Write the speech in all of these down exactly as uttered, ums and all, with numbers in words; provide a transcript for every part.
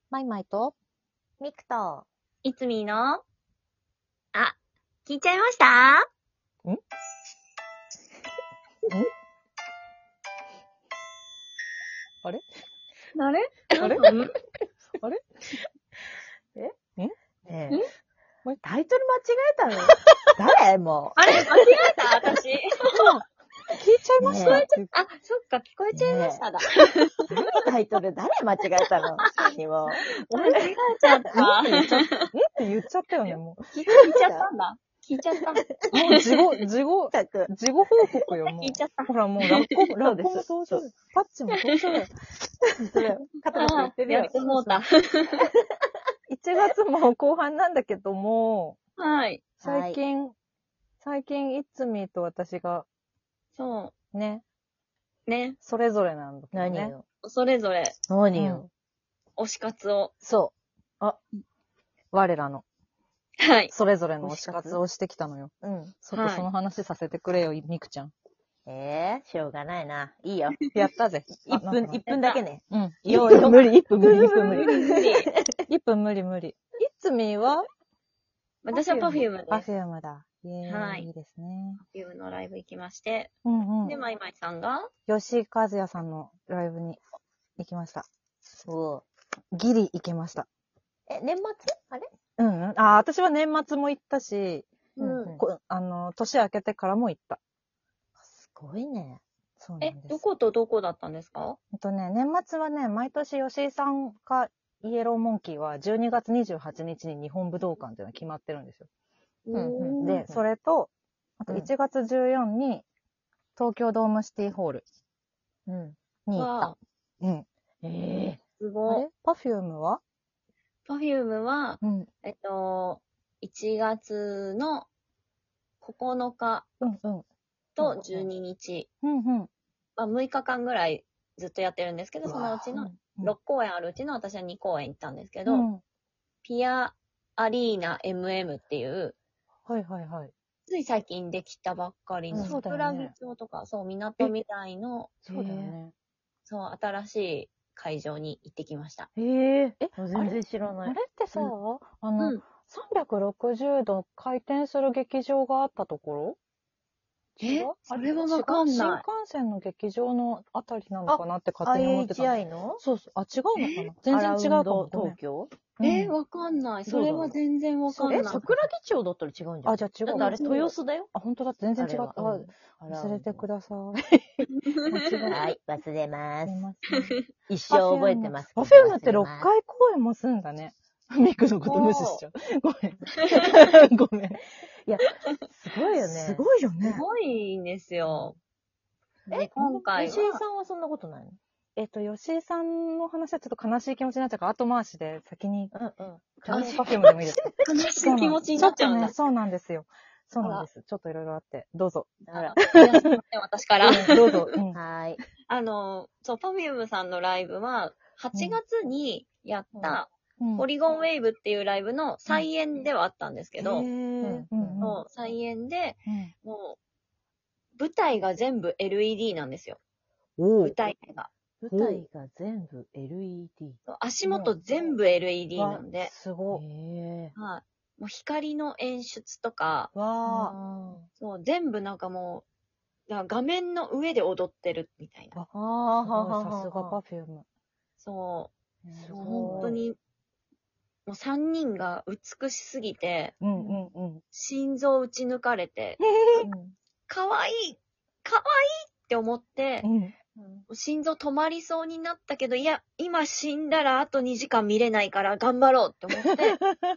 マイマイとミクと、 いつみーの、あ、聞いちゃいましたんんあれあれあれうんあれねえんこれタイトル間違えたの誰もあれ間違えた私。 聞いちゃいました、 ねあ、そっか、聞こえちゃいましただ。 何タイトル誰間違えたの何も。 間違えちゃった。 えって言っちゃった。えって言っちゃったよね、も聞いちゃったんだ。聞いちゃった。 う。もう事後、事後、 たく。 事後報告よ、も聞いちゃったう。ほら、もうラッコ、ラッコもそう登場よです。 パッチも登場よ。 それ、カタカタ言ってるよやっ。と思うた。 いちがつも後半なんだけども、 はい。 最近、最近、いつみと私がそね、 う。ね。 それぞれなんだけどね。 何よ。 それぞれ、 何よ。 推し活を。 そう。あ、我らの、 はい。 それぞれの推し活をしてきたのよ。 うん。 ちょっとその話させてくれよ、みくちゃん。 ええー、しょうがないな。いいよ。 やったぜ。 一分、一分だけね。 うん。 よーい、無理、一分無理、一分無無理。 理無理。 いっぷん無理無理。いつみは私は Perfume です。 パフュームだ。イェーイ、 はいいいですね。 Perfume のライブ行きまして。 うんで、 うん。 マイマイさんが、 吉井和也さんのライブに行きました。 おギリ行けました。 え、年末あれうんうん。あ、私は年末も行ったし、 うんうんこあの、年明けてからも行った。 すごいね。 えそうなんです。、 どことどこだったんですか？ えっとね、年末はね、毎年吉井さんかイエローモンキーはじゅうにがつにじゅうはちにちに日本武道館っていうのが決まってるんですよ。 うんで、それと、あといちがつじゅうよっかに東京ドームシティホールうん。 に行ったわ。 うん。 ええすごい。 あれパフュームは Perfume は、 うん。 えっと、いちがつのここのかうんうん。 とじゅうににち、 うんうん。 まあ、むいかかんぐらいずっとやってるんですけど、そのうちのうんろっこうえんあるうちの私はにこうえん行ったんですけど、 うん。 ピアアリーナ エムエム っていう、 はいはいはい。 つい最近できたばっかりの、 うんそうだよ桜ね木町とか、そう、港みたいの、 そうだよね。 そう、新しい会場に行ってきました。 へえ。え、 全然知らない。 あれってさ、 うあの、 うん。 さんびゃくろくじゅうど回転する劇場があったところ違えうそれはわかんない違う新幹線の劇場のあたりなのかなって勝手に思ってたの。 アイエイチアイ のそうそう。あ、違うのかな全然違うかも。ごめん東京えうんわかんない。 どだろうそうれは全然わかんない。 え、桜木町だったら違うんじゃん。 あ、じゃあ違う。 だってあれ豊洲だよ。 あ、本当だ。全然違った。あ、 うん忘れてください。 はい、忘れますすい。ません。 一生覚えてますけど。 パフュームってろっ忘れますかい公演もすんだね。ミクのこと無視しちゃう。ごめん。ごめん。 すごいよね。 すごいよすね。 ごいんですよ。 えで、今回吉井は、 さんはそんなことないのえっと、吉井さんの話はちょっと悲しい気持ちになっちゃうから、後回しで先に、 うんうん。 ちゃんとパフュームでもいいですか？ 悲しい気持ちになっちゃうんだ。 ちょっとね、そうなんですよ。そうなんです。ちょっといろいろあって。どうぞ。 あら。 いやすいません、私から。 うんどうぞ。うんはーい。 あの、そう、Perfume さんのライブは、はちがつにやった、 うんポリゴンウェイブっていうライブの再演ではあったんですけど、 へーうんもう再演で、 うんもう、舞台が全部 エルイーディー なんですよ。 お舞台が。 舞台が全部 エルイーディー。 そう足元全部 エルイーディー なんで、 すごい。 へー。 はい。もう光の演出とか、 わあそう、全部なんかもう、なんか画面の上で踊ってるみたいな。 あ。 あ。ああ、 すごい、 ははさすがパは。 フューム。 そう、 すもう本当に、もうさんにんが美しすぎて、 うんうんうん。 心臓打ち抜かれて、かわいいかわいいって思って、 うん。 心臓止まりそうになったけど、いや、今死んだらあとにじかん見れないから頑張ろうって思って、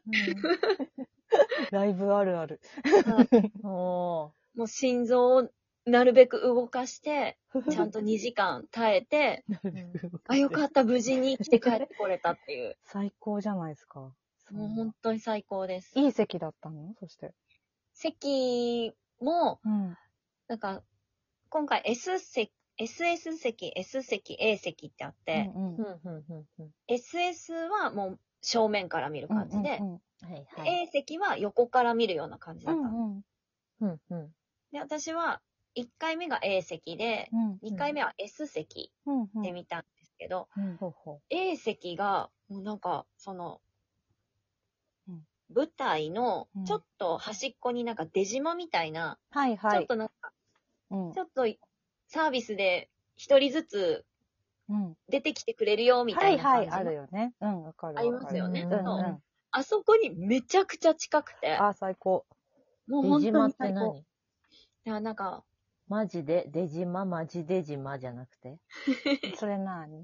ライブあるある。 はいおもう心臓をなるべく動かして、ちゃんとにじかん耐えて、あ、よかった、無事に生きて帰ってこれたっていう。 最高じゃないですか。 もう本当に最高です。 いい席だったのそして。 席も、 うん。 なんか、今回 S 席、エスエス 席、S 席、A 席ってあって、 うんうんうんうんうん。 エスエス はもう正面から見る感じで、 うんはいはい。 A 席は横から見るような感じだったの。 うんうんうんうん。 で、私はいっかいめが A 席で、 うんにかいめは S 席うんうんで見たんですけど、 うんほうほ A 席が、もうなんか、その、 うん舞台のうんちょっと端っこになんか出島みたいな、 はいはい。 ちょっとなんか、 うんちょっとサービスで一人ずつうん出てきてくれるよみたはいいはい、 な感じの、 あるよね。うん、わかるわかる。 ありますよねうんうん。 うんあそこにめちゃくちゃ近くて、 あ、最高。 出もう本当島ってに最高。 何？ いや、なんか、 マジで出島、マジ出島じゃなくて。 それなに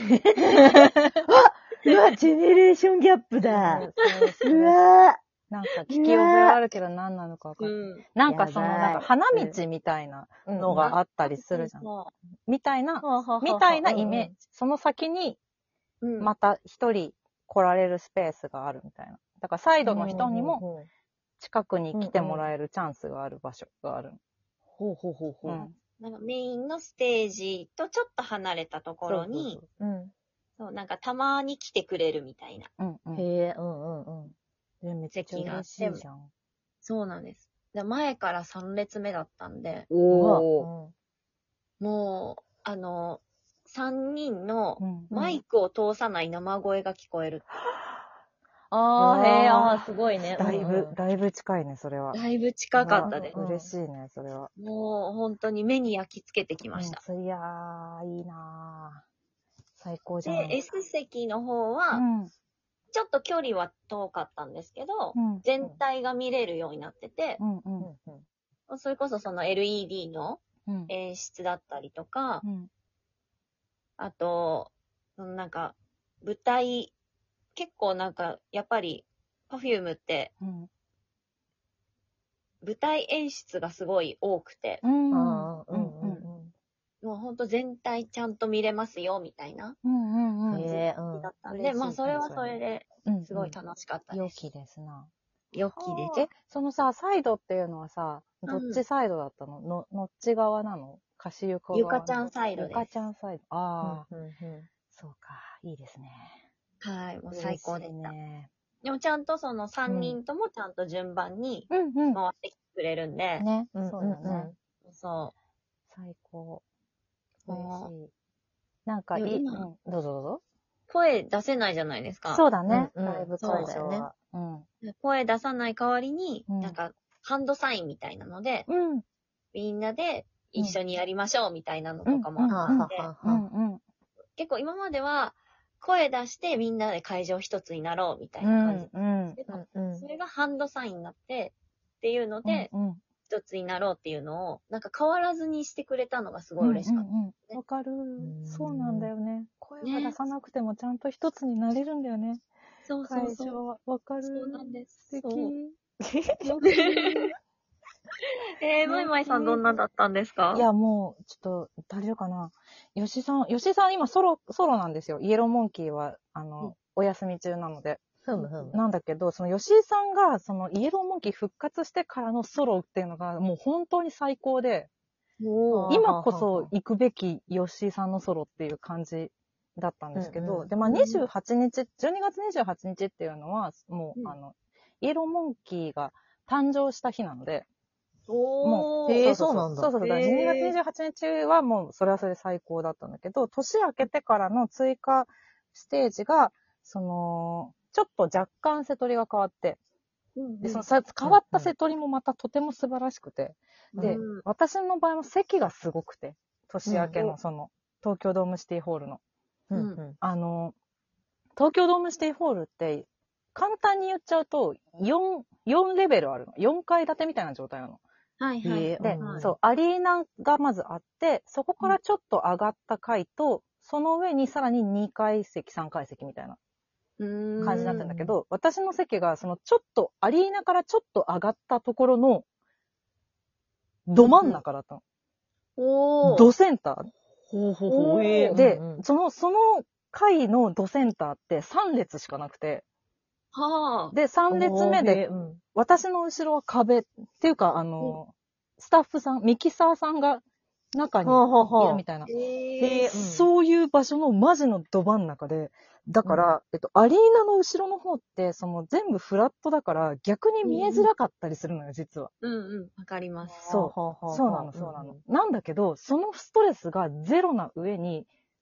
うわ、ジェネレーションギャップだ。 そうそうそううわなんか聞き覚えはあるけど何なのかわかんない。 うん。 なんかその、 やばいなんか花道みたいなのがあったりするじゃん。 そみたいな、 ぁみたいなイメージ。その先にう。うん。 また一人来られるスペースがあるみたいな。だからサイドの人にもも。 近くに来てもらえるチャンスがある場所がある。 ほうほうほうほう。 うん。 なんかメインのステージとちょっと離れたところに、 そうそううん。 そう、なんかたまに来てくれるみたいな。 そううんうん。 へえ、うんうんうん。 えめっちゃ嬉しいじゃん。 そうなんです。で前からさん列目だったんで、 おー。 もう、あの、さんにんのうんマイクを通さない生声が聞こえる。 ああ、へえ、ああ、すごいね。 だいぶ、 うんだいぶ近いね、それは。 だいぶ近かったです。 うん嬉しいね、それは。 もう本当に目に焼き付けてきました。 うん、いやー、いいなー。最高じゃん。 で、S 席の方うは、 ん。 ちょっと距離は遠かったんですけど、 うん。 全体が見れるようになっててう、ん。う。 うんんうん。 それこそその エルイーディー のうん。 演出だったりとか、 うん。 あと、そのなんか、舞台、結構なんか、やっぱり、Perfume ってうん。 舞台演出がすごい多くて、 うん。 ああ、うんうん。うん。 もうほんと全体ちゃんと見れますよ、みたいなうん。うん。 へえ、うん。 だったんで、 嬉しいまあそれはそれでうん。 すごい楽しかったです。 良きですな。 良きです。 え、そのさ、サイドっていうのはさ、 うんどっちサイドだったの、の、のっち側なの歌手ゆか側ゆかちゃんサイドゆです。 かちゃんサイド。ああ、 うんうんそうか。いいですね。 はい、もう最高で嬉しいした。 ね。 でもちゃんとそのさんにんともちゃんと順番にうん回ってきてくれるんで、 ね、 うんそうだね。 そ最高。 う。 嬉もしい。なんかいい、 でも今うん、どうぞどうぞ。 う声出せないじゃないですか。 そうだね、 うんうんライブそう会場は。うん。 声出さない代わりに、 うんなんかハンドサインみたいなので、 うん。 みんなで一緒にやりましょうみたいなのとかもうんあったんで、 ははうんうん。 結構今までは声出してみんなで会場一つになろうみたいな感じうん。 で、 うんうんそれがハンドサインになってっていうので、 うん。うん一つになろうっていうのを、なんか変わらずにしてくれたのがすごい嬉しかった。 うんうん。わかる。そうなんだよね。声は出さなくてもちゃんと一つになれるんだよね。 そうそう会そう。 場は。わかる。 そうなんです。 素敵。 そうよく言うえー、まいまいさんどんなだったんですか？ いや、もう、ちょっと、足りるかな。吉さん、吉さん今ソロ、ソロなんですよ。イエローモンキーは、あの、 うんお休み中なので。 ふむふむ。 なんだけど、その吉井さんが、そのイエローモンキー復活してからのソロっていうのが、もう本当に最高で、 おー。 今こそ行くべき吉井さんのソロっていう感じだったんですけど、 うんうんで、まあうんにじゅうはちにち、じゅうにがつにじゅうはちにちっていうのは、もう、 うんあの、イエローモンキーが誕生した日なので、 おー。 へーそうなんだそうそうそう。だからへーじゅうにがつにじゅうはちにちはもうそれはそれで最高だったんだけど、年明けてからの追加ステージが、その、ちょっと若干瀬取りが変わって、 うんで、そのさ変わった瀬取りもまたとても素晴らしくて、で、 うん私の場合も席がすごくて、年明けうんのその、東京ドームシティホールの。 うんうんあの、東京ドームシティホールって、簡単に言っちゃうと、よん、よんレベルあるの。よんかい建てみたいな状態なの。 はいはい。 へーで、 うんそう、アリーナがまずあって、そこからちょっと上がった階と、その上にさらににかい席、さんかい席みたいなうーん感じになってるんだけど、私の席が、そのちょっと、アリーナからちょっと上がったところの、ど真ん中だったの。 おー。 ドセンター。 ほうほうほうへーで、 うんうんその、その階のドセンターってさん列しかなくて、 はあ。 で、さん列目おーへでー、うん私の後ろは壁っていうか、あの、スタッフさん、ミキサーさんが中にはあはあはいあるみたいな。 へー。 へーうんそういう場所のマジのど真ん中で、だから、えっと、アリーナの後ろの方って、その全部フラットだから、逆に見えづらかったりするのよ、実は。 うんうん。わかります。 そうはあはあはあそうなの、そうなの。なんだけど、そのストレスがゼロな上に、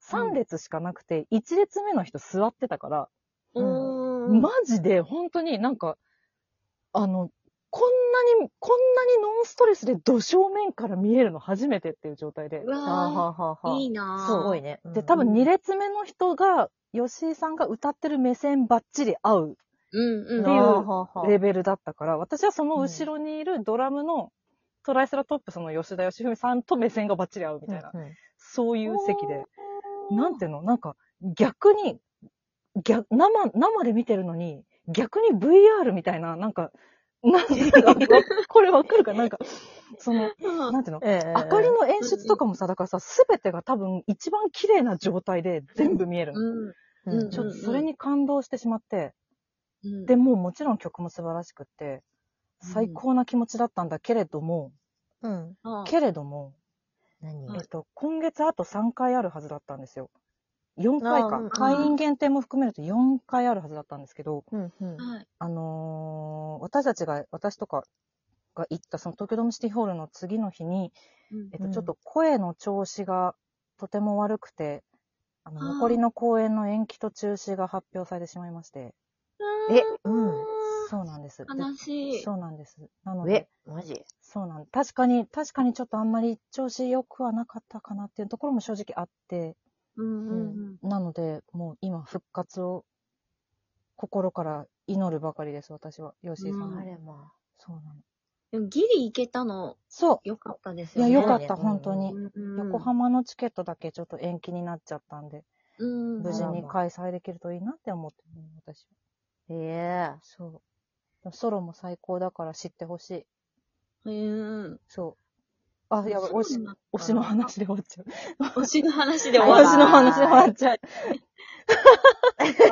さん列しかなくて、いち列目の人座ってたから、 おー。 マジで本当になんか、あの、こんなに、こんなにノンストレスでど正面から見えるの初めてっていう状態で。 うわはあ、はあはあはあ、 ーいいなぁ。 すごいね。 で、多分に列目の人が、吉井さんが歌ってる目線バッチリ合ううんうん。 っていうはあはあはあレベルだったから、私はその後ろにいるドラムのトライスラトップスの吉田義文さんと目線がバッチリ合うみたいな、 うんうんそういう席で、なんていうのなんか逆に、逆、生、生で見てるのに、逆に ブイアール みたいな、なんか、なんかこれわかるかなんか、その、なんていうの、 ええ明かりの演出とかもさ、だからさ、すべてが多分一番綺麗な状態で全部見えるの。 うん。 うんちょっとそれに感動してしまって、 うん。 で、もうもちろん曲も素晴らしくって、最高な気持ちだったんだけれども、 うん。 あけれども、 何はいえっと、今月あとさんかいあるはずだったんですよ。よんかいかあーうん。 会員限定も含めるとよんかいあるはずだったんですけど、 うんうん。 はい。 あのー私たちが、私とかが行ったその東京ドームシティホールの次の日に、 うんえっと、 うんちょっと声の調子がとても悪くて、あの、 あー残りの公演の延期と中止が発表されてしまいまして、 え、うん。 そうなんです。で悲しい。 そうなんです。なのでえ、、マジそうなん確かに、確かにちょっとあんまり調子良くはなかったかなっていうところも正直あって、 うんうんうん。 なので、もう今復活を心から祈るばかりです、私は。吉井さんうんの。 あれまそうなの。 でもギリ行けたの、 そよかったですう。いや、 よね。 よかった、 すごいね本当に。 うんうん横浜のチケットだけちょっと延期になっちゃったんで、 うん。 無事あらまに開催できるといいなって思ってる、私は。 あ。ええ。 そう。ソロも最高だから知ってほしい。 うん。 そう。あ、やばい、推しそうだった、 推しの話で終わっちゃう。 推しの話で終推わる。 しの話で終わっちゃう。